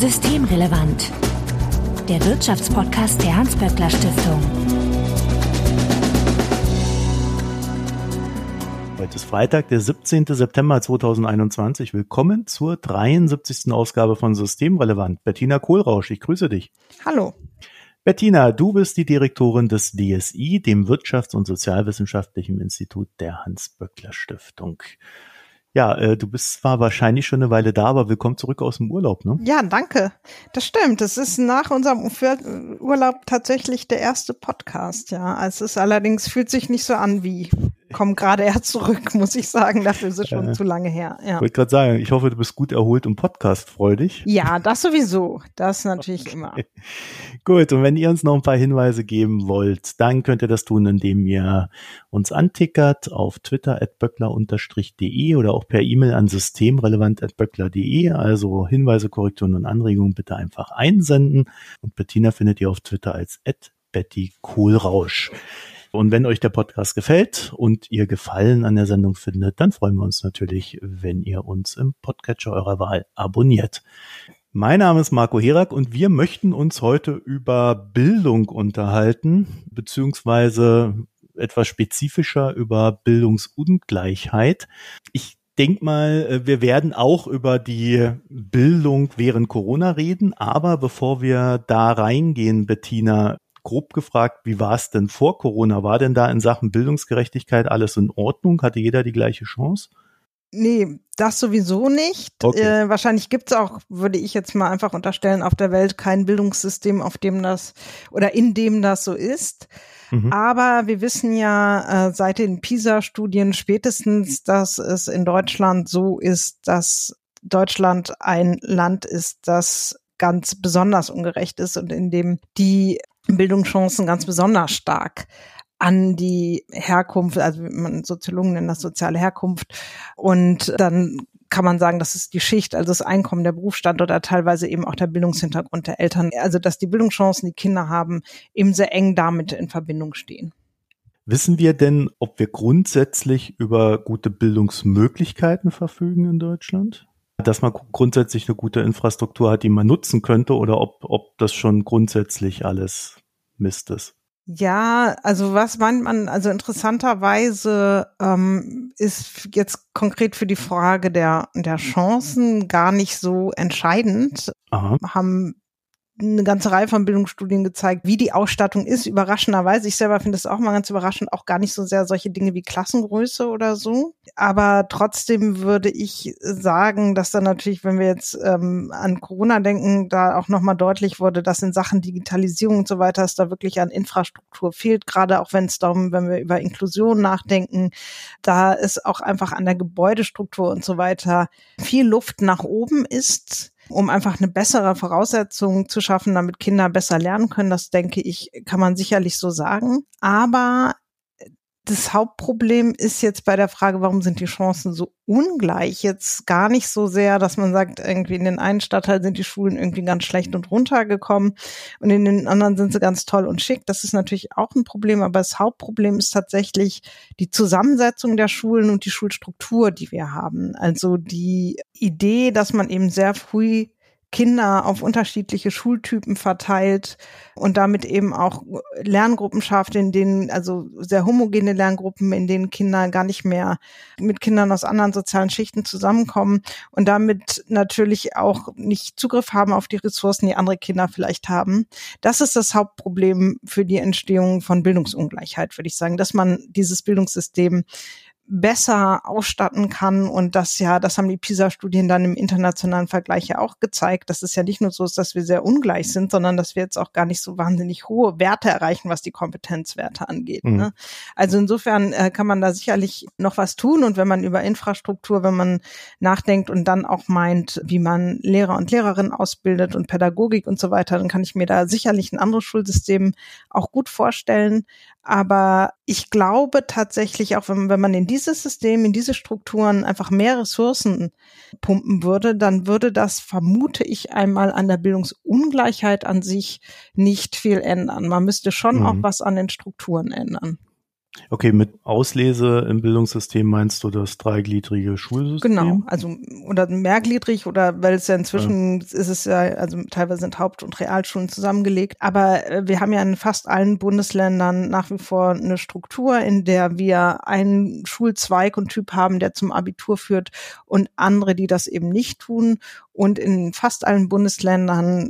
Systemrelevant. Der Wirtschaftspodcast der Hans-Böckler-Stiftung. Heute ist Freitag, der 17. September 2021. Willkommen zur 73. Ausgabe von Systemrelevant. Bettina Kohlrausch, ich grüße dich. Hallo. Bettina, du bist die Direktorin des DSI, dem Wirtschafts- und Sozialwissenschaftlichen Institut der Hans-Böckler-Stiftung. Ja, du bist zwar wahrscheinlich schon eine Weile da, aber willkommen zurück aus dem Urlaub, ne? Ja, danke. Das stimmt. Das ist nach unserem Urlaub tatsächlich der erste Podcast, ja. Es ist allerdings, fühlt sich nicht so an wie, komm gerade erst zurück, muss ich sagen. Dafür ist es schon zu lange her. Ja. Ich wollte gerade sagen, ich hoffe, du bist gut erholt und podcastfreudig. Ja, das sowieso. Das natürlich immer. Gut, und wenn ihr uns noch ein paar Hinweise geben wollt, dann könnt ihr das tun, indem ihr uns antickert auf Twitter @böckler_de oder auch per E-Mail an systemrelevant@böckler.de. Also Hinweise, Korrekturen und Anregungen bitte einfach einsenden. Und Bettina findet ihr auf Twitter als @betty_kohlrausch. Und wenn euch der Podcast gefällt und ihr Gefallen an der Sendung findet, dann freuen wir uns natürlich, wenn ihr uns im Podcatcher eurer Wahl abonniert. Mein Name ist Marco Herak und wir möchten uns heute über Bildung unterhalten, beziehungsweise etwas spezifischer über Bildungsungleichheit. Ich denke mal, wir werden auch über die Bildung während Corona reden, aber bevor wir da reingehen, Bettina, grob gefragt, wie war es denn vor Corona? War denn da in Sachen Bildungsgerechtigkeit alles in Ordnung? Hatte jeder die gleiche Chance? Nee, das sowieso nicht. Okay. Wahrscheinlich gibt es auch, würde ich jetzt mal einfach unterstellen, auf der Welt kein Bildungssystem, auf dem das oder in dem das so ist. Aber wir wissen ja seit den PISA-Studien spätestens, dass es in Deutschland so ist, dass Deutschland ein Land ist, das ganz besonders ungerecht ist und in dem die Bildungschancen ganz besonders stark an die Herkunft, also Soziologen nennen das soziale Herkunft, und dann kann man sagen, das ist die Schicht, also das Einkommen, der Berufsstand oder teilweise eben auch der Bildungshintergrund der Eltern, also dass die Bildungschancen, die Kinder haben, eben sehr eng damit in Verbindung stehen. Wissen wir denn, ob wir grundsätzlich über gute Bildungsmöglichkeiten verfügen in Deutschland? Dass man grundsätzlich eine gute Infrastruktur hat, die man nutzen könnte, oder ob das schon grundsätzlich alles Mist ist? Ja, also was meint man, also interessanterweise ist jetzt konkret für die Frage der Chancen gar nicht so entscheidend. Aha. Haben eine ganze Reihe von Bildungsstudien gezeigt, wie die Ausstattung ist, überraschenderweise. Ich selber finde es auch mal ganz überraschend, auch gar nicht so sehr solche Dinge wie Klassengröße oder so. Aber trotzdem würde ich sagen, dass dann natürlich, wenn wir jetzt an Corona denken, da auch nochmal deutlich wurde, dass in Sachen Digitalisierung und so weiter es da wirklich an Infrastruktur fehlt, gerade auch wenn es darum, wenn wir über Inklusion nachdenken, da ist auch einfach an der Gebäudestruktur und so weiter viel Luft nach oben ist, um einfach eine bessere Voraussetzung zu schaffen, damit Kinder besser lernen können. Das, denke ich, kann man sicherlich so sagen. Aber das Hauptproblem ist jetzt bei der Frage, warum sind die Chancen so ungleich, jetzt gar nicht so sehr, dass man sagt, irgendwie in den einen Stadtteil sind die Schulen irgendwie ganz schlecht und runtergekommen und in den anderen sind sie ganz toll und schick. Das ist natürlich auch ein Problem, aber das Hauptproblem ist tatsächlich die Zusammensetzung der Schulen und die Schulstruktur, die wir haben. Also die Idee, dass man eben sehr früh Kinder auf unterschiedliche Schultypen verteilt und damit eben auch Lerngruppen schafft, in denen, also sehr homogene Lerngruppen, in denen Kinder gar nicht mehr mit Kindern aus anderen sozialen Schichten zusammenkommen und damit natürlich auch nicht Zugriff haben auf die Ressourcen, die andere Kinder vielleicht haben. Das ist das Hauptproblem für die Entstehung von Bildungsungleichheit, würde ich sagen, dass man dieses Bildungssystem besser ausstatten kann. Und das haben die PISA-Studien dann im internationalen Vergleich ja auch gezeigt, dass es ja nicht nur so ist, dass wir sehr ungleich sind, sondern dass wir jetzt auch gar nicht so wahnsinnig hohe Werte erreichen, was die Kompetenzwerte angeht. Ne? Also insofern kann man da sicherlich noch was tun. Und wenn man über Infrastruktur, wenn man nachdenkt und dann auch meint, wie man Lehrer und Lehrerinnen ausbildet und Pädagogik und so weiter, dann kann ich mir da sicherlich ein anderes Schulsystem auch gut vorstellen. Aber ich glaube tatsächlich, auch wenn man in dieses System, in diese Strukturen einfach mehr Ressourcen pumpen würde, dann würde das, vermute ich einmal, an der Bildungsungleichheit an sich nicht viel ändern. Man müsste schon auch was an den Strukturen ändern. Okay, mit Auslese im Bildungssystem meinst du das dreigliedrige Schulsystem? Genau, also oder mehrgliedrig oder weil es ja inzwischen ist es ja, also teilweise sind Haupt- und Realschulen zusammengelegt, aber wir haben ja in fast allen Bundesländern nach wie vor eine Struktur, in der wir einen Schulzweig und Typ haben, der zum Abitur führt und andere, die das eben nicht tun. Und in fast allen Bundesländern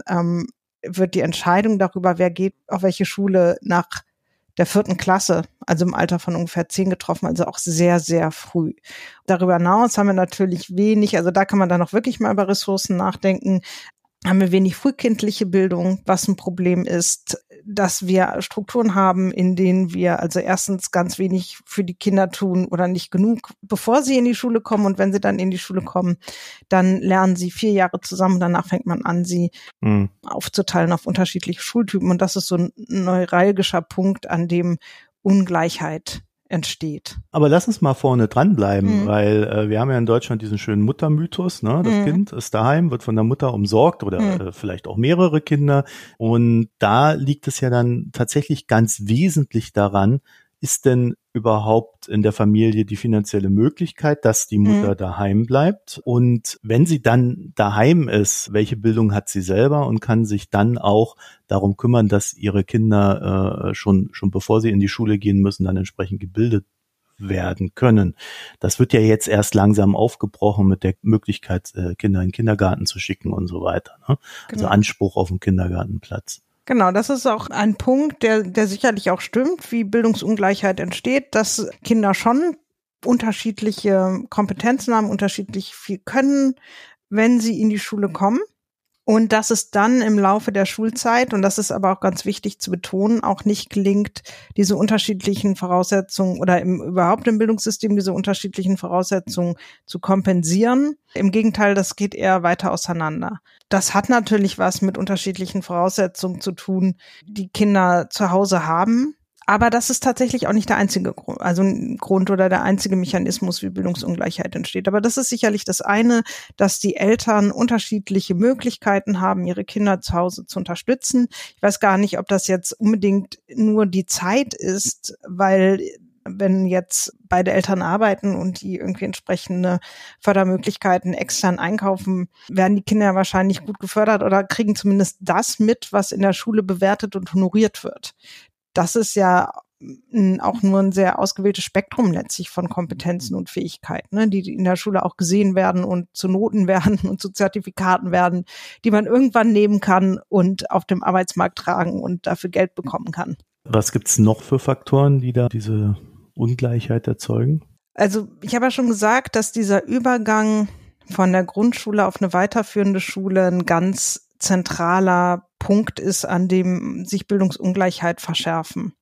wird die Entscheidung darüber, wer geht auf welche Schule, nach der 4. Klasse, also im Alter von ungefähr 10 getroffen, also auch sehr, sehr früh. Darüber hinaus haben wir natürlich wenig, also da kann man dann auch wirklich mal über Ressourcen nachdenken, haben wir wenig frühkindliche Bildung, was ein Problem ist, dass wir Strukturen haben, in denen wir also erstens ganz wenig für die Kinder tun oder nicht genug, bevor sie in die Schule kommen. Und wenn sie dann in die Schule kommen, dann lernen sie 4 Jahre zusammen. Danach fängt man an, sie aufzuteilen auf unterschiedliche Schultypen. Und das ist so ein neuralgischer Punkt, an dem Ungleichheit entsteht. Aber lass uns mal vorne dranbleiben, weil wir haben ja in Deutschland diesen schönen Muttermythos, ne? Das Kind ist daheim, wird von der Mutter umsorgt oder vielleicht auch mehrere Kinder. Und da liegt es ja dann tatsächlich ganz wesentlich daran, ist denn überhaupt in der Familie die finanzielle Möglichkeit, dass die Mutter daheim bleibt? Und wenn sie dann daheim ist, welche Bildung hat sie selber und kann sich dann auch darum kümmern, dass ihre Kinder schon bevor sie in die Schule gehen müssen, dann entsprechend gebildet werden können. Das wird ja jetzt erst langsam aufgebrochen mit der Möglichkeit, Kinder in den Kindergarten zu schicken und so weiter, ne? Genau. Also Anspruch auf einen Kindergartenplatz. Genau, das ist auch ein Punkt, der sicherlich auch stimmt, wie Bildungsungleichheit entsteht, dass Kinder schon unterschiedliche Kompetenzen haben, unterschiedlich viel können, wenn sie in die Schule kommen. Und dass es dann im Laufe der Schulzeit, und das ist aber auch ganz wichtig zu betonen, auch nicht gelingt, diese unterschiedlichen Voraussetzungen oder überhaupt im Bildungssystem diese unterschiedlichen Voraussetzungen zu kompensieren. Im Gegenteil, das geht eher weiter auseinander. Das hat natürlich was mit unterschiedlichen Voraussetzungen zu tun, die Kinder zu Hause haben. Aber das ist tatsächlich auch nicht der einzige Grund, also ein Grund oder der einzige Mechanismus, wie Bildungsungleichheit entsteht. Aber das ist sicherlich das eine, dass die Eltern unterschiedliche Möglichkeiten haben, ihre Kinder zu Hause zu unterstützen. Ich weiß gar nicht, ob das jetzt unbedingt nur die Zeit ist, weil wenn jetzt beide Eltern arbeiten und die irgendwie entsprechende Fördermöglichkeiten extern einkaufen, werden die Kinder wahrscheinlich gut gefördert oder kriegen zumindest das mit, was in der Schule bewertet und honoriert wird. Das ist ja auch nur ein sehr ausgewähltes Spektrum letztlich von Kompetenzen und Fähigkeiten, ne, die in der Schule auch gesehen werden und zu Noten werden und zu Zertifikaten werden, die man irgendwann nehmen kann und auf dem Arbeitsmarkt tragen und dafür Geld bekommen kann. Was gibt's noch für Faktoren, die da diese Ungleichheit erzeugen? Also ich habe ja schon gesagt, dass dieser Übergang von der Grundschule auf eine weiterführende Schule ein ganz zentraler Punkt ist, an dem sich Bildungsungleichheit verschärfen.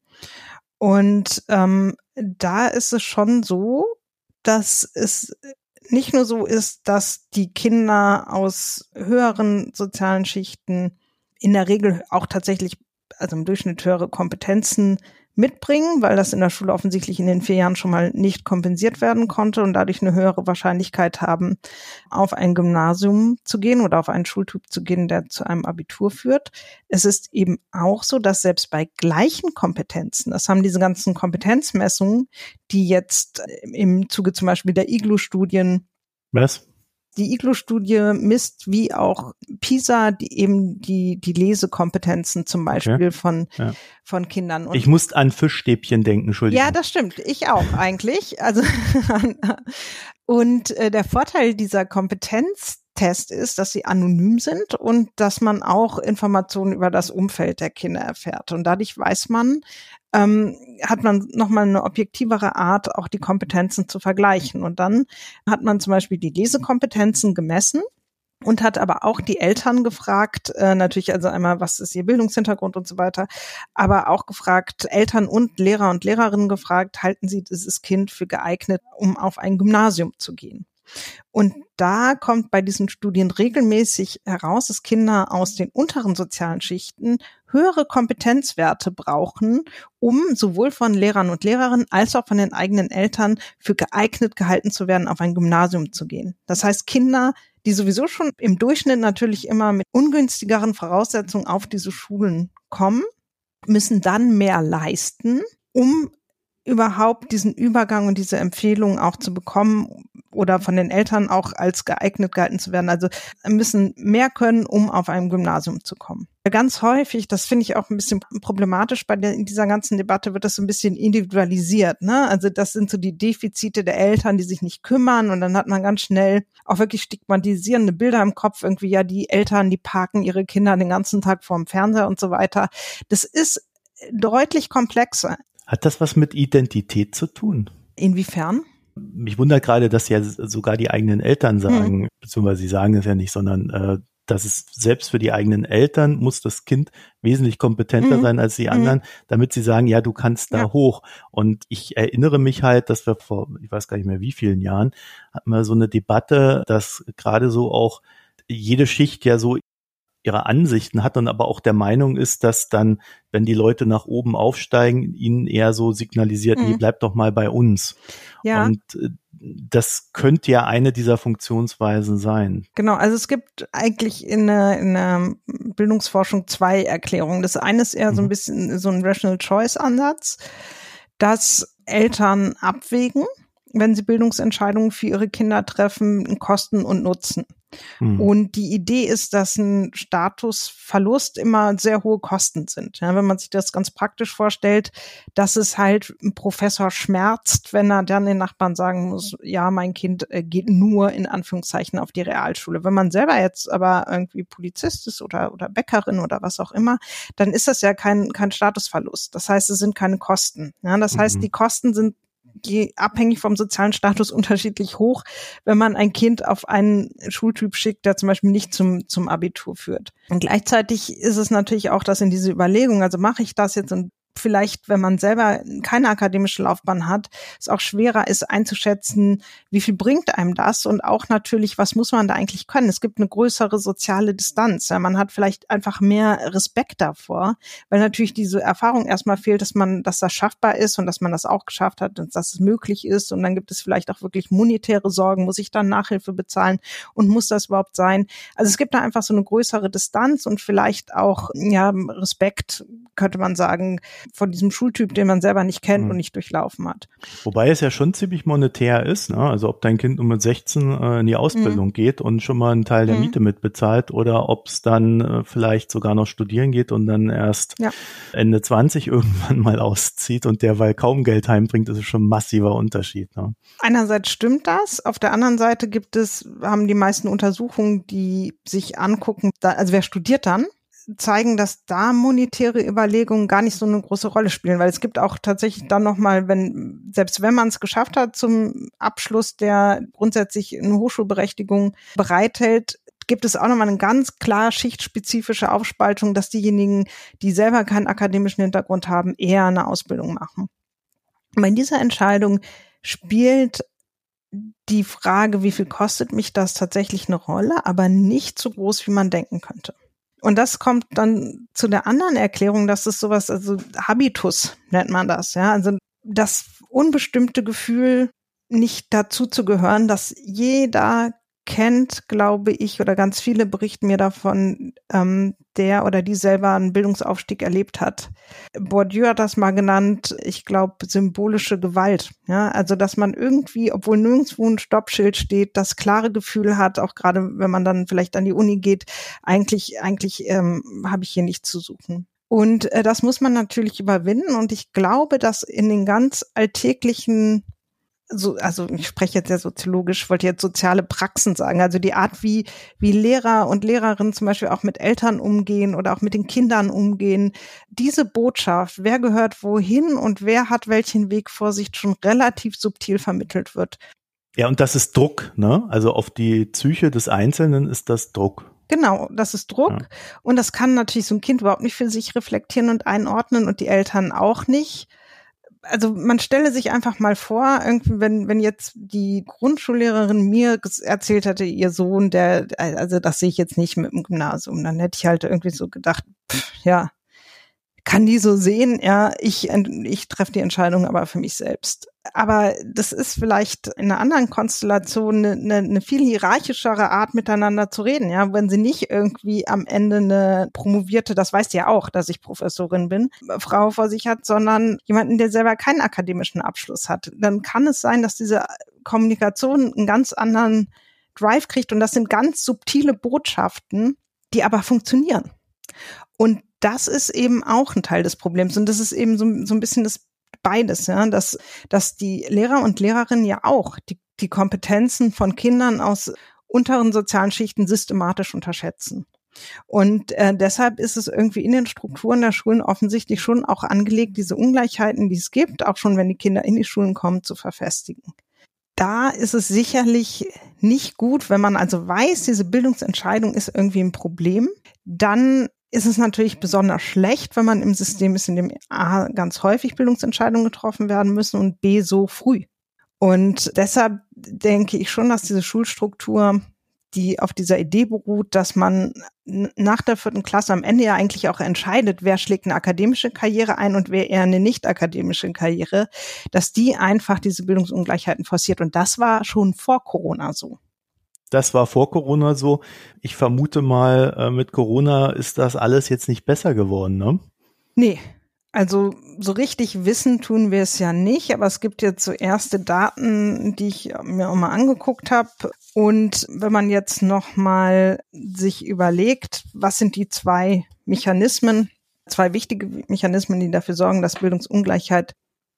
Und da ist es schon so, dass es nicht nur so ist, dass die Kinder aus höheren sozialen Schichten in der Regel auch tatsächlich, also im Durchschnitt höhere Kompetenzen mitbringen, weil das in der Schule offensichtlich in den 4 Jahren schon mal nicht kompensiert werden konnte und dadurch eine höhere Wahrscheinlichkeit haben, auf ein Gymnasium zu gehen oder auf einen Schultyp zu gehen, der zu einem Abitur führt. Es ist eben auch so, dass selbst bei gleichen Kompetenzen, das haben diese ganzen Kompetenzmessungen, die jetzt im Zuge zum Beispiel der IGLU-Studien. Was? Die IGLU-Studie misst wie auch PISA die Lesekompetenzen zum Beispiel von Kindern. Und ich muss an Fischstäbchen denken, Entschuldigung. Ja, das stimmt. Ich auch eigentlich. Also und der Vorteil dieser Kompetenztest ist, dass sie anonym sind und dass man auch Informationen über das Umfeld der Kinder erfährt. Und dadurch weiß man, hat man nochmal eine objektivere Art, auch die Kompetenzen zu vergleichen. Und dann hat man zum Beispiel die Lesekompetenzen gemessen und hat aber auch die Eltern gefragt, natürlich also einmal, was ist ihr Bildungshintergrund und so weiter, aber auch gefragt, Eltern und Lehrer und Lehrerinnen gefragt, halten sie dieses Kind für geeignet, um auf ein Gymnasium zu gehen? Und da kommt bei diesen Studien regelmäßig heraus, dass Kinder aus den unteren sozialen Schichten höhere Kompetenzwerte brauchen, um sowohl von Lehrern und Lehrerinnen als auch von den eigenen Eltern für geeignet gehalten zu werden, auf ein Gymnasium zu gehen. Das heißt, Kinder, die sowieso schon im Durchschnitt natürlich immer mit ungünstigeren Voraussetzungen auf diese Schulen kommen, müssen dann mehr leisten, um überhaupt diesen Übergang und diese Empfehlung auch zu bekommen oder von den Eltern auch als geeignet gehalten zu werden. Also müssen mehr können, um auf ein Gymnasium zu kommen. Ganz häufig, das finde ich auch ein bisschen problematisch in dieser ganzen Debatte, wird das so ein bisschen individualisiert, ne? Also das sind so die Defizite der Eltern, die sich nicht kümmern, und dann hat man ganz schnell auch wirklich stigmatisierende Bilder im Kopf, irgendwie, ja, die Eltern, die parken ihre Kinder den ganzen Tag vorm Fernseher und so weiter. Das ist deutlich komplexer. Hat das was mit Identität zu tun? Inwiefern? Mich wundert gerade, dass ja sogar die eigenen Eltern sagen, beziehungsweise sie sagen es ja nicht, sondern dass es selbst für die eigenen Eltern muss das Kind wesentlich kompetenter sein als die anderen, damit sie sagen, ja, du kannst da hoch. Und ich erinnere mich halt, dass wir vor, ich weiß gar nicht mehr wie vielen Jahren, hatten wir so eine Debatte, dass gerade so auch jede Schicht ja so ihre Ansichten hat und aber auch der Meinung ist, dass dann, wenn die Leute nach oben aufsteigen, ihnen eher so signalisiert, nee, bleib doch mal bei uns. Ja. Und das könnte ja eine dieser Funktionsweisen sein. Genau, also es gibt eigentlich in der Bildungsforschung zwei Erklärungen. Das eine ist eher so ein bisschen so ein Rational Choice Ansatz, dass Eltern abwägen, wenn sie Bildungsentscheidungen für ihre Kinder treffen, Kosten und Nutzen. Und die Idee ist, dass ein Statusverlust immer sehr hohe Kosten sind. Ja, wenn man sich das ganz praktisch vorstellt, dass es halt ein Professor schmerzt, wenn er dann den Nachbarn sagen muss, ja, mein Kind geht nur in Anführungszeichen auf die Realschule. Wenn man selber jetzt aber irgendwie Polizist ist oder Bäckerin oder was auch immer, dann ist das ja kein Statusverlust. Das heißt, es sind keine Kosten. Ja, das heißt, die Kosten sind abhängig vom sozialen Status unterschiedlich hoch, wenn man ein Kind auf einen Schultyp schickt, der zum Beispiel nicht zum Abitur führt. Und gleichzeitig ist es natürlich auch, dass in diese Überlegung, also mache ich das jetzt und vielleicht, wenn man selber keine akademische Laufbahn hat, es auch schwerer ist einzuschätzen, wie viel bringt einem das, und auch natürlich, was muss man da eigentlich können. Es gibt eine größere soziale Distanz. Ja, man hat vielleicht einfach mehr Respekt davor, weil natürlich diese Erfahrung erstmal fehlt, dass das schaffbar ist und dass man das auch geschafft hat und dass es möglich ist. Und dann gibt es vielleicht auch wirklich monetäre Sorgen. Muss ich dann Nachhilfe bezahlen und muss das überhaupt sein? Also es gibt da einfach so eine größere Distanz und vielleicht auch, ja, Respekt, könnte man sagen, von diesem Schultyp, den man selber nicht kennt und nicht durchlaufen hat. Wobei es ja schon ziemlich monetär ist, ne? Also ob dein Kind mit 16 in die Ausbildung geht und schon mal einen Teil der Miete mitbezahlt oder ob es dann vielleicht sogar noch studieren geht und dann erst Ende 20 irgendwann mal auszieht und derweil kaum Geld heimbringt, ist schon ein massiver Unterschied. Ne? Einerseits stimmt das, auf der anderen Seite haben die meisten Untersuchungen, die sich angucken, also wer studiert dann, zeigen, dass da monetäre Überlegungen gar nicht so eine große Rolle spielen, weil es gibt auch tatsächlich dann nochmal, selbst wenn man es geschafft hat zum Abschluss, der grundsätzlich eine Hochschulberechtigung bereithält, gibt es auch nochmal eine ganz klar schichtspezifische Aufspaltung, dass diejenigen, die selber keinen akademischen Hintergrund haben, eher eine Ausbildung machen. Und bei dieser Entscheidung spielt die Frage, wie viel kostet mich das, tatsächlich eine Rolle, aber nicht so groß, wie man denken könnte. Und das kommt dann zu der anderen Erklärung, dass es sowas, also Habitus nennt man das, ja, also das unbestimmte Gefühl, nicht dazu zu gehören, dass jeder kennt, glaube ich, oder ganz viele berichten mir davon, der oder die selber einen Bildungsaufstieg erlebt hat. Bourdieu hat das mal genannt, ich glaube, symbolische Gewalt. Ja, also dass man irgendwie, obwohl nirgendwo ein Stoppschild steht, das klare Gefühl hat, auch gerade wenn man dann vielleicht an die Uni geht, eigentlich habe ich hier nichts zu suchen. Und das muss man natürlich überwinden. Und ich glaube, dass in den ganz alltäglichen also ich spreche jetzt sehr soziologisch, wollte jetzt soziale Praxen sagen, also die Art, wie Lehrer und Lehrerinnen zum Beispiel auch mit Eltern umgehen oder auch mit den Kindern umgehen. Diese Botschaft, wer gehört wohin und wer hat welchen Weg vor sich, schon relativ subtil vermittelt wird. Ja, und das ist Druck, ne? Also auf die Psyche des Einzelnen ist das Druck. Genau, das ist Druck. Ja. Und das kann natürlich so ein Kind überhaupt nicht für sich reflektieren und einordnen und die Eltern auch nicht. Also man stelle sich einfach mal vor, irgendwie, wenn jetzt die Grundschullehrerin mir erzählt hätte, ihr Sohn, also das sehe ich jetzt nicht mit dem Gymnasium, dann hätte ich halt irgendwie so gedacht, ja, kann die so sehen, ja, ich treffe die Entscheidung aber für mich selbst. Aber das ist vielleicht in einer anderen Konstellation eine viel hierarchischere Art, miteinander zu reden. Ja, wenn sie nicht irgendwie am Ende eine promovierte, das weißt du ja auch, dass ich Professorin bin, Frau vor sich hat, sondern jemanden, der selber keinen akademischen Abschluss hat. Dann kann es sein, dass diese Kommunikation einen ganz anderen Drive kriegt. Und das sind ganz subtile Botschaften, die aber funktionieren. Und das ist eben auch ein Teil des Problems. Und das ist eben so ein bisschen das beides, ja, dass die Lehrer und Lehrerinnen ja auch die Kompetenzen von Kindern aus unteren sozialen Schichten systematisch unterschätzen. Und deshalb ist es irgendwie in den Strukturen der Schulen offensichtlich schon auch angelegt, diese Ungleichheiten, die es gibt, auch schon wenn die Kinder in die Schulen kommen, zu verfestigen. Da ist es sicherlich nicht gut, wenn man also weiß, diese Bildungsentscheidung ist irgendwie ein Problem, dann ist es natürlich besonders schlecht, wenn man im System ist, in dem A, ganz häufig Bildungsentscheidungen getroffen werden müssen und B, so früh. Und deshalb denke ich schon, dass diese Schulstruktur, die auf dieser Idee beruht, dass man nach der 4. Klasse am Ende ja eigentlich auch entscheidet, wer schlägt eine akademische Karriere ein und wer eher eine nicht akademische Karriere, dass die einfach diese Bildungsungleichheiten forciert. Und das war schon vor Corona so. Das war vor Corona so. Ich vermute mal, mit Corona ist das alles jetzt nicht besser geworden, ne? Nee, also so richtig wissen tun wir es ja nicht, aber es gibt jetzt so erste Daten, die ich mir auch mal angeguckt habe. Und wenn man jetzt noch mal sich überlegt, was sind die zwei wichtige Mechanismen, die dafür sorgen, dass Bildungsungleichheit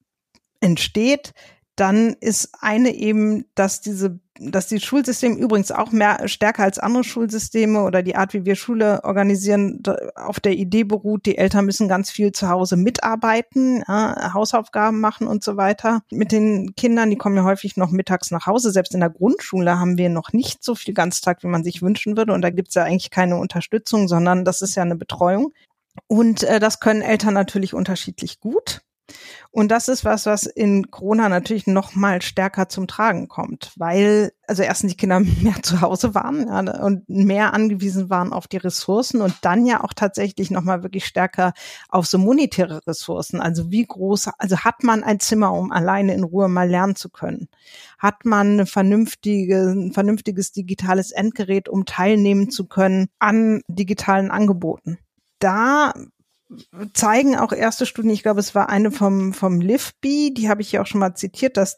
entsteht, dann ist eine eben, dass die Schulsysteme übrigens auch stärker als andere Schulsysteme oder die Art, wie wir Schule organisieren, auf der Idee beruht, die Eltern müssen ganz viel zu Hause mitarbeiten, Hausaufgaben machen und so weiter. Mit den Kindern, die kommen ja häufig noch mittags nach Hause. Selbst in der Grundschule haben wir noch nicht so viel Ganztag, wie man sich wünschen würde. Und da gibt's ja eigentlich keine Unterstützung, sondern das ist ja eine Betreuung. Und das können Eltern natürlich unterschiedlich gut. Und das ist was in Corona natürlich noch mal stärker zum Tragen kommt, weil also erstens die Kinder mehr zu Hause waren, ja, und mehr angewiesen waren auf die Ressourcen und dann ja auch tatsächlich noch mal wirklich stärker auf so monetäre Ressourcen. Also hat man ein Zimmer, um alleine in Ruhe mal lernen zu können? Hat man ein vernünftiges digitales Endgerät, um teilnehmen zu können an digitalen Angeboten? Da zeigen auch erste Studien, ich glaube, es war eine vom LIFBI, die habe ich ja auch schon mal zitiert, dass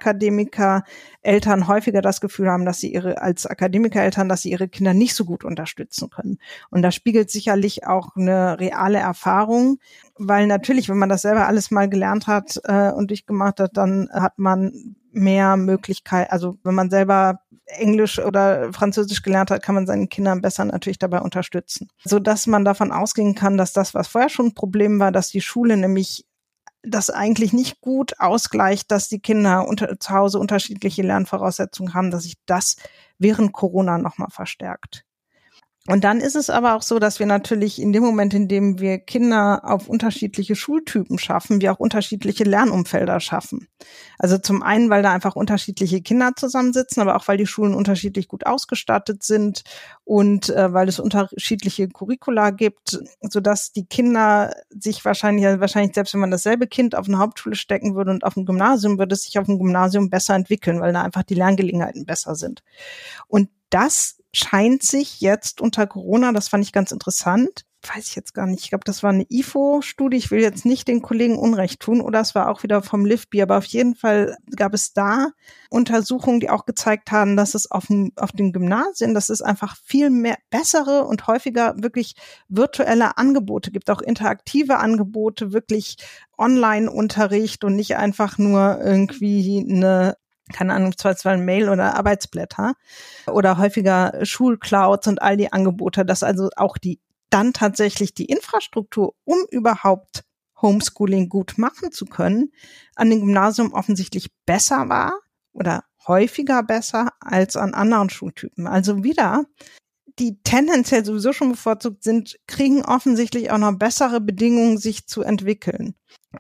Nicht-Akademiker-Eltern häufiger das Gefühl haben, dass sie als Akademiker-Eltern, dass sie ihre Kinder nicht so gut unterstützen können. Und da spiegelt sicherlich auch eine reale Erfahrung, weil natürlich, wenn man das selber alles mal gelernt hat und durchgemacht hat, dann hat man mehr Möglichkeit, also wenn man selber Englisch oder Französisch gelernt hat, kann man seinen Kindern besser natürlich dabei unterstützen. Sodass man davon ausgehen kann, dass das, was vorher schon ein Problem war, dass die Schule nämlich das eigentlich nicht gut ausgleicht, dass die Kinder zu Hause unterschiedliche Lernvoraussetzungen haben, dass sich das während Corona nochmal verstärkt. Und dann ist es aber auch so, dass wir natürlich in dem Moment, in dem wir Kinder auf unterschiedliche Schultypen schaffen, wir auch unterschiedliche Lernumfelder schaffen. Also zum einen, weil da einfach unterschiedliche Kinder zusammensitzen, aber auch, weil die Schulen unterschiedlich gut ausgestattet sind und weil es unterschiedliche Curricula gibt, sodass die Kinder sich wahrscheinlich, selbst wenn man dasselbe Kind auf eine Hauptschule stecken würde und auf ein Gymnasium, würde es sich auf dem Gymnasium besser entwickeln, weil da einfach die Lerngelegenheiten besser sind. Und das scheint sich jetzt unter Corona, das fand ich ganz interessant, weiß ich jetzt gar nicht, ich glaube, das war eine IFO-Studie, ich will jetzt nicht den Kollegen Unrecht tun, oder es war auch wieder vom LIFBI, aber auf jeden Fall gab es da Untersuchungen, die auch gezeigt haben, dass es auf den Gymnasien, dass es einfach viel mehr bessere und häufiger wirklich virtuelle Angebote gibt, auch interaktive Angebote, wirklich Online-Unterricht und nicht einfach nur irgendwie keine Ahnung, zwar Mail oder Arbeitsblätter oder häufiger Schulclouds und all die Angebote, dass also auch dann tatsächlich die Infrastruktur, um überhaupt Homeschooling gut machen zu können, an dem Gymnasium offensichtlich besser war oder häufiger besser als an anderen Schultypen. Also wieder, die tendenziell sowieso schon bevorzugt sind, kriegen offensichtlich auch noch bessere Bedingungen, sich zu entwickeln.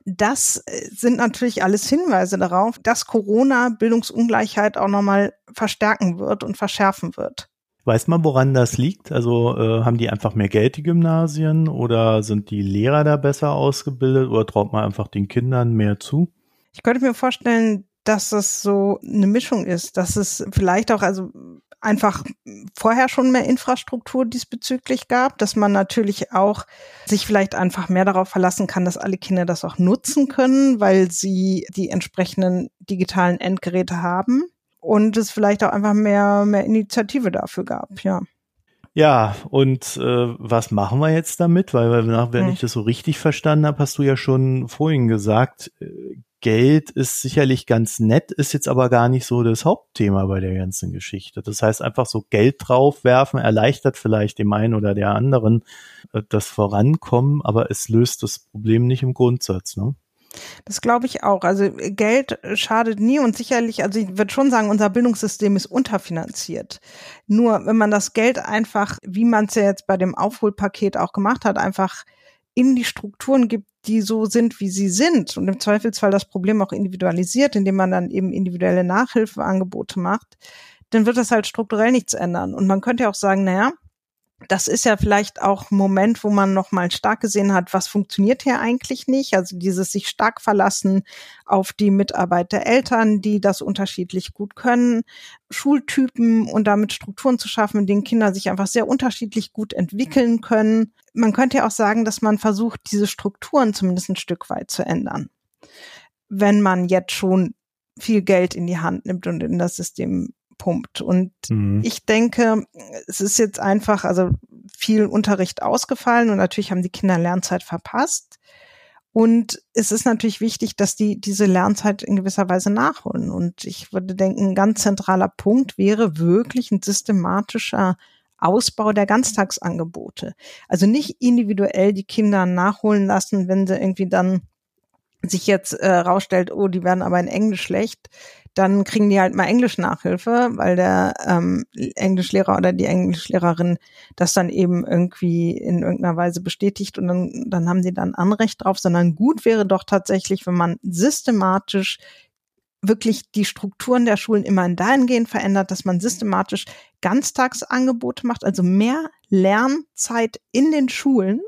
Das sind natürlich alles Hinweise darauf, dass Corona Bildungsungleichheit auch nochmal verstärken wird und verschärfen wird. Weiß man, woran das liegt? Also haben die einfach mehr Geld, die Gymnasien, oder sind die Lehrer da besser ausgebildet oder traut man einfach den Kindern mehr zu? Ich könnte mir vorstellen, dass es so eine Mischung ist, dass es vielleicht auch einfach vorher schon mehr Infrastruktur diesbezüglich gab, dass man natürlich auch sich vielleicht einfach mehr darauf verlassen kann, dass alle Kinder das auch nutzen können, weil sie die entsprechenden digitalen Endgeräte haben und es vielleicht auch einfach mehr Initiative dafür gab, ja. Ja, und was machen wir jetzt damit? Weil, wenn ich das so richtig verstanden habe, hast du ja schon vorhin gesagt, Geld ist sicherlich ganz nett, ist jetzt aber gar nicht so das Hauptthema bei der ganzen Geschichte. Das heißt, einfach so Geld draufwerfen erleichtert vielleicht dem einen oder der anderen das Vorankommen, aber es löst das Problem nicht im Grundsatz, ne? Das glaube ich auch. Also Geld schadet nie und sicherlich, also ich würde schon sagen, unser Bildungssystem ist unterfinanziert. Nur wenn man das Geld einfach, wie man es ja jetzt bei dem Aufholpaket auch gemacht hat, einfach in die Strukturen gibt, die so sind, wie sie sind und im Zweifelsfall das Problem auch individualisiert, indem man dann eben individuelle Nachhilfeangebote macht, dann wird das halt strukturell nichts ändern. Und man könnte ja auch sagen, naja, das ist ja vielleicht auch ein Moment, wo man nochmal stark gesehen hat, was funktioniert hier eigentlich nicht. Also dieses sich stark verlassen auf die Mitarbeit der Eltern, die das unterschiedlich gut können, Schultypen und damit Strukturen zu schaffen, in denen Kinder sich einfach sehr unterschiedlich gut entwickeln können. Man könnte ja auch sagen, dass man versucht, diese Strukturen zumindest ein Stück weit zu ändern. Wenn man jetzt schon viel Geld in die Hand nimmt und in das System pumpt. Und ich denke, es ist jetzt einfach, also viel Unterricht ausgefallen und natürlich haben die Kinder Lernzeit verpasst. Und es ist natürlich wichtig, dass die diese Lernzeit in gewisser Weise nachholen. Und ich würde denken, ein ganz zentraler Punkt wäre wirklich ein systematischer Ausbau der Ganztagsangebote. Also nicht individuell die Kinder nachholen lassen, wenn sie irgendwie dann sich jetzt rausstellt, oh, die werden aber in Englisch schlecht, dann kriegen die halt mal Englisch-Nachhilfe, weil der Englischlehrer oder die Englischlehrerin das dann eben irgendwie in irgendeiner Weise bestätigt und dann haben sie dann Anrecht drauf, sondern gut wäre doch tatsächlich, wenn man systematisch wirklich die Strukturen der Schulen immer dahingehend verändert, dass man systematisch Ganztagsangebote macht, also mehr Lernzeit in den Schulen.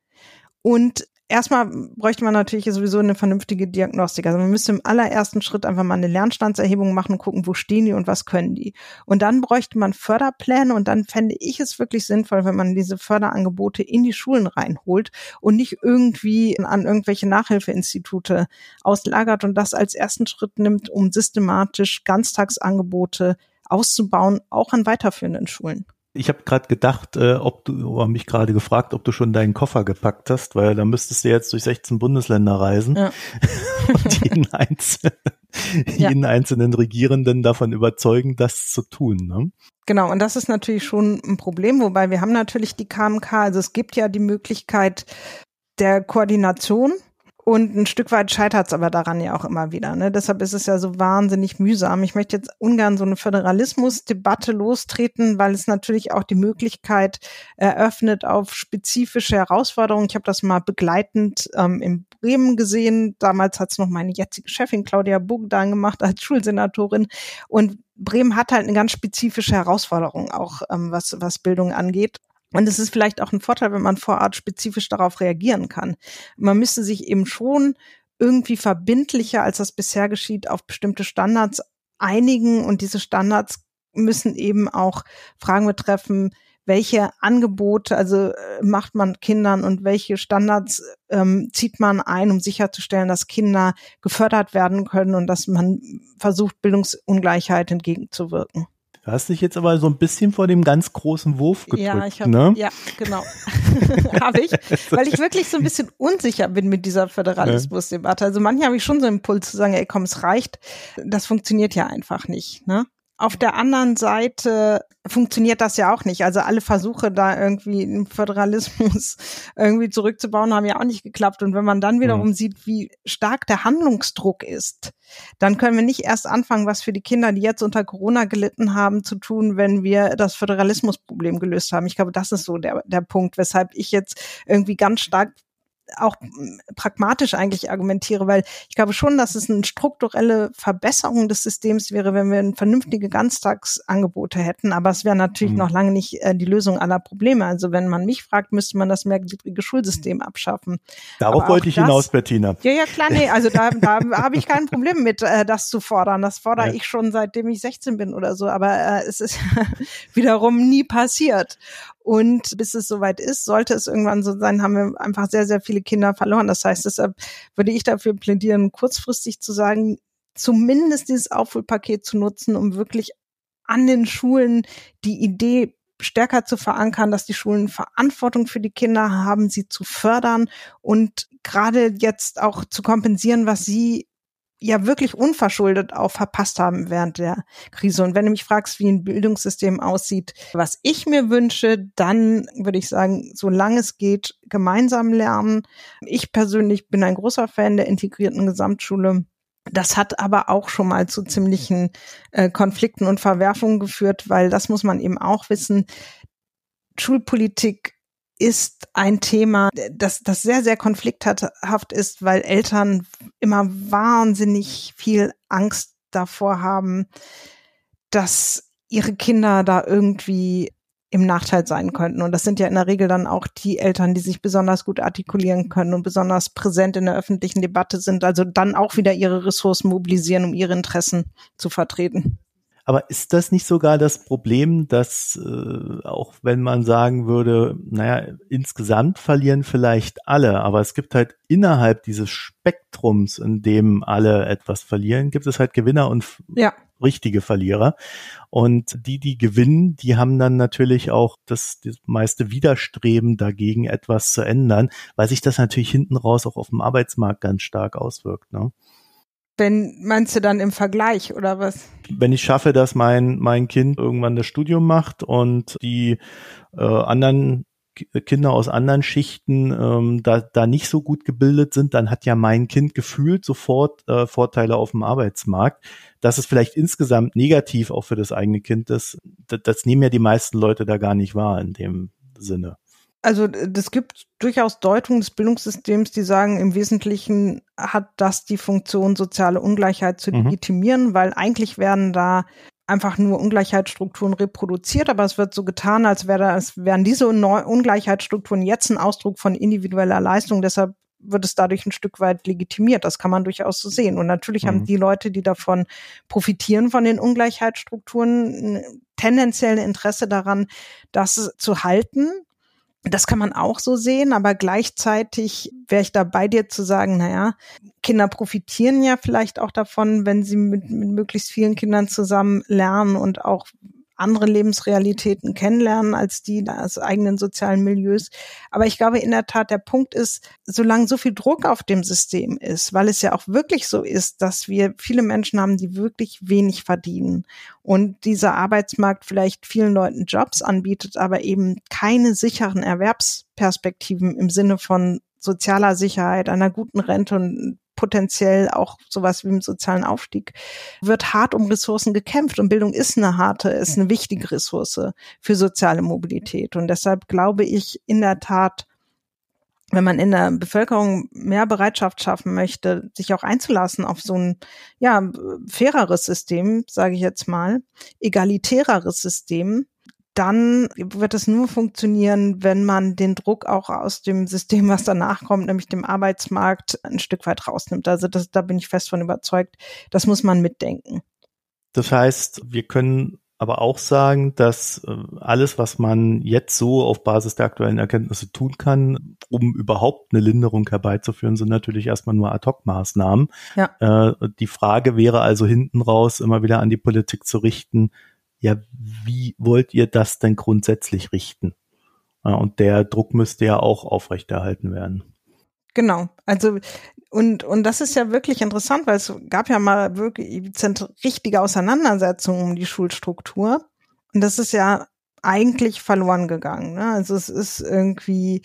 Und erstmal bräuchte man natürlich sowieso eine vernünftige Diagnostik. Also man müsste im allerersten Schritt einfach mal eine Lernstandserhebung machen und gucken, wo stehen die und was können die. Und dann bräuchte man Förderpläne und dann fände ich es wirklich sinnvoll, wenn man diese Förderangebote in die Schulen reinholt und nicht irgendwie an irgendwelche Nachhilfeinstitute auslagert und das als ersten Schritt nimmt, um systematisch Ganztagsangebote auszubauen, auch an weiterführenden Schulen. Ich habe gerade gedacht, mich gerade gefragt, ob du schon deinen Koffer gepackt hast, weil da müsstest du jetzt durch 16 Bundesländer reisen und jeden einzelnen Regierenden davon überzeugen, das zu tun, ne? Genau, und das ist natürlich schon ein Problem, wobei wir haben natürlich die KMK, also es gibt ja die Möglichkeit der Koordination. Und ein Stück weit scheitert es aber daran ja auch immer wieder, ne? Deshalb ist es ja so wahnsinnig mühsam. Ich möchte jetzt ungern so eine Föderalismusdebatte lostreten, weil es natürlich auch die Möglichkeit eröffnet auf spezifische Herausforderungen. Ich habe das mal begleitend in Bremen gesehen. Damals hat es noch meine jetzige Chefin Claudia Bogdan gemacht als Schulsenatorin. Und Bremen hat halt eine ganz spezifische Herausforderung auch, was Bildung angeht. Und es ist vielleicht auch ein Vorteil, wenn man vor Ort spezifisch darauf reagieren kann. Man müsste sich eben schon irgendwie verbindlicher, als das bisher geschieht, auf bestimmte Standards einigen. Und diese Standards müssen eben auch Fragen betreffen, welche Angebote, also macht man Kindern und welche Standards zieht man ein, um sicherzustellen, dass Kinder gefördert werden können und dass man versucht, Bildungsungleichheit entgegenzuwirken. Du hast dich jetzt aber so ein bisschen vor dem ganz großen Wurf gedrückt, ne? Ja, genau. Habe ich, weil ich wirklich so ein bisschen unsicher bin mit dieser Föderalismusdebatte. Also manchmal habe ich schon so einen Impuls zu sagen, ey komm, es reicht. Das funktioniert ja einfach nicht, ne? Auf der anderen Seite funktioniert das ja auch nicht. Also alle Versuche, da irgendwie einen Föderalismus irgendwie zurückzubauen, haben ja auch nicht geklappt. Und wenn man dann wiederum sieht, wie stark der Handlungsdruck ist, dann können wir nicht erst anfangen, was für die Kinder, die jetzt unter Corona gelitten haben, zu tun, wenn wir das Föderalismusproblem gelöst haben. Ich glaube, das ist so der Punkt, weshalb ich jetzt irgendwie ganz stark auch pragmatisch eigentlich argumentiere, weil ich glaube schon, dass es eine strukturelle Verbesserung des Systems wäre, wenn wir vernünftige Ganztagsangebote hätten, aber es wäre natürlich noch lange nicht die Lösung aller Probleme. Also wenn man mich fragt, müsste man das mehrgliedrige Schulsystem abschaffen. Darauf wollte ich hinaus, Bettina. Ja, klar, nee, also da habe ich kein Problem mit, das zu fordern. Das fordere ich schon, seitdem ich 16 bin oder so, aber es ist wiederum nie passiert. Und bis es soweit ist, sollte es irgendwann so sein, haben wir einfach sehr, sehr viele Kinder verloren. Das heißt, deshalb würde ich dafür plädieren, kurzfristig zu sagen, zumindest dieses Aufholpaket zu nutzen, um wirklich an den Schulen die Idee stärker zu verankern, dass die Schulen Verantwortung für die Kinder haben, sie zu fördern und gerade jetzt auch zu kompensieren, was sie ja wirklich unverschuldet auch verpasst haben während der Krise. Und wenn du mich fragst, wie ein Bildungssystem aussieht, was ich mir wünsche, dann würde ich sagen, solange es geht, gemeinsam lernen. Ich persönlich bin ein großer Fan der integrierten Gesamtschule. Das hat aber auch schon mal zu ziemlichen Konflikten und Verwerfungen geführt, weil das muss man eben auch wissen. Schulpolitik ist ein Thema, das sehr, sehr konflikthaft ist, weil Eltern immer wahnsinnig viel Angst davor haben, dass ihre Kinder da irgendwie im Nachteil sein könnten. Und das sind ja in der Regel dann auch die Eltern, die sich besonders gut artikulieren können und besonders präsent in der öffentlichen Debatte sind, also dann auch wieder ihre Ressourcen mobilisieren, um ihre Interessen zu vertreten. Aber ist das nicht sogar das Problem, dass auch wenn man sagen würde, naja, insgesamt verlieren vielleicht alle, aber es gibt halt innerhalb dieses Spektrums, in dem alle etwas verlieren, gibt es halt Gewinner und richtige Verlierer. Und die gewinnen, die haben dann natürlich auch das meiste Widerstreben dagegen, etwas zu ändern, weil sich das natürlich hinten raus auch auf dem Arbeitsmarkt ganz stark auswirkt, ne? Meinst du dann im Vergleich oder was? Wenn ich schaffe, dass mein Kind irgendwann das Studium macht und die anderen Kinder aus anderen Schichten da nicht so gut gebildet sind, dann hat ja mein Kind gefühlt sofort Vorteile auf dem Arbeitsmarkt. Dass es vielleicht insgesamt negativ auch für das eigene Kind ist, das nehmen ja die meisten Leute da gar nicht wahr in dem Sinne. Also es gibt durchaus Deutungen des Bildungssystems, die sagen, im Wesentlichen hat das die Funktion, soziale Ungleichheit zu legitimieren, weil eigentlich werden da einfach nur Ungleichheitsstrukturen reproduziert, aber es wird so getan, als wären diese Ungleichheitsstrukturen jetzt ein Ausdruck von individueller Leistung, deshalb wird es dadurch ein Stück weit legitimiert. Das kann man durchaus so sehen. Und natürlich haben die Leute, die davon profitieren, von den Ungleichheitsstrukturen, tendenziell ein Interesse daran, das zu halten. Das kann man auch so sehen, aber gleichzeitig wäre ich da bei dir zu sagen, naja, Kinder profitieren ja vielleicht auch davon, wenn sie mit möglichst vielen Kindern zusammen lernen und auch andere Lebensrealitäten kennenlernen als die des eigenen sozialen Milieus. Aber ich glaube in der Tat, der Punkt ist, solange so viel Druck auf dem System ist, weil es ja auch wirklich so ist, dass wir viele Menschen haben, die wirklich wenig verdienen und dieser Arbeitsmarkt vielleicht vielen Leuten Jobs anbietet, aber eben keine sicheren Erwerbsperspektiven im Sinne von sozialer Sicherheit, einer guten Rente und potenziell auch sowas wie im sozialen Aufstieg, wird hart um Ressourcen gekämpft und Bildung ist eine wichtige Ressource für soziale Mobilität und deshalb glaube ich in der Tat, wenn man in der Bevölkerung mehr Bereitschaft schaffen möchte, sich auch einzulassen auf so ein faireres System, sage ich jetzt mal, egalitäreres System, dann wird es nur funktionieren, wenn man den Druck auch aus dem System, was danach kommt, nämlich dem Arbeitsmarkt, ein Stück weit rausnimmt. Also da bin ich fest von überzeugt, das muss man mitdenken. Das heißt, wir können aber auch sagen, dass alles, was man jetzt so auf Basis der aktuellen Erkenntnisse tun kann, um überhaupt eine Linderung herbeizuführen, sind natürlich erstmal nur Ad-hoc-Maßnahmen. Ja. Die Frage wäre also hinten raus immer wieder an die Politik zu richten, ja, wie wollt ihr das denn grundsätzlich richten? Und der Druck müsste ja auch aufrechterhalten werden. Genau, also und das ist ja wirklich interessant, weil es gab ja mal wirklich richtige Auseinandersetzungen um die Schulstruktur und das ist ja eigentlich verloren gegangen, ne? Also es ist irgendwie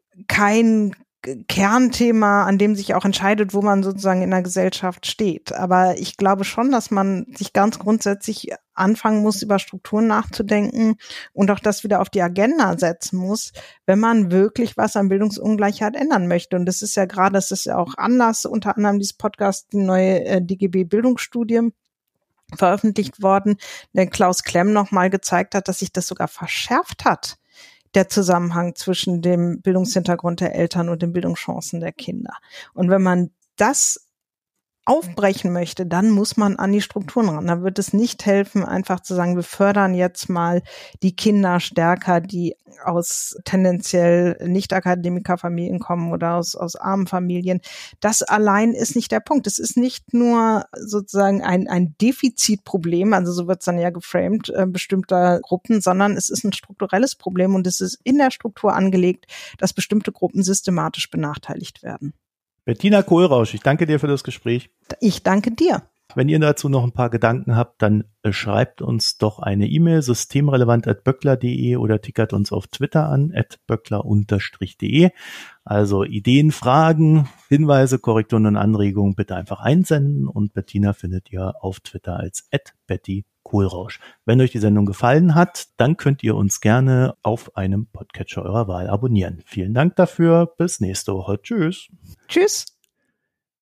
kein Kernthema, an dem sich auch entscheidet, wo man sozusagen in der Gesellschaft steht. Aber ich glaube schon, dass man sich ganz grundsätzlich anfangen muss, über Strukturen nachzudenken und auch das wieder auf die Agenda setzen muss, wenn man wirklich was an Bildungsungleichheit ändern möchte. Und das ist ja gerade, das ist ja auch Anlass, unter anderem dieses Podcast, die neue DGB-Bildungsstudie veröffentlicht worden, der Klaus Klemm nochmal gezeigt hat, dass sich das sogar verschärft hat, der Zusammenhang zwischen dem Bildungshintergrund der Eltern und den Bildungschancen der Kinder. Und wenn man das aufbrechen möchte, dann muss man an die Strukturen ran. Da wird es nicht helfen, einfach zu sagen, wir fördern jetzt mal die Kinder stärker, die aus tendenziell Nicht-Akademiker-Familien kommen oder aus armen Familien. Das allein ist nicht der Punkt. Es ist nicht nur sozusagen ein Defizitproblem, also so wird es dann ja geframed, bestimmter Gruppen, sondern es ist ein strukturelles Problem und es ist in der Struktur angelegt, dass bestimmte Gruppen systematisch benachteiligt werden. Bettina Kohlrausch, ich danke dir für das Gespräch. Ich danke dir. Wenn ihr dazu noch ein paar Gedanken habt, dann schreibt uns doch eine E-Mail, systemrelevant@böckler.de oder tickert uns auf Twitter an, @böckler_de. Also Ideen, Fragen, Hinweise, Korrekturen und Anregungen bitte einfach einsenden und Bettina findet ihr auf Twitter als @betty_kohlrausch. Wenn euch die Sendung gefallen hat, dann könnt ihr uns gerne auf einem Podcatcher eurer Wahl abonnieren. Vielen Dank dafür. Bis nächste Woche. Tschüss. Tschüss.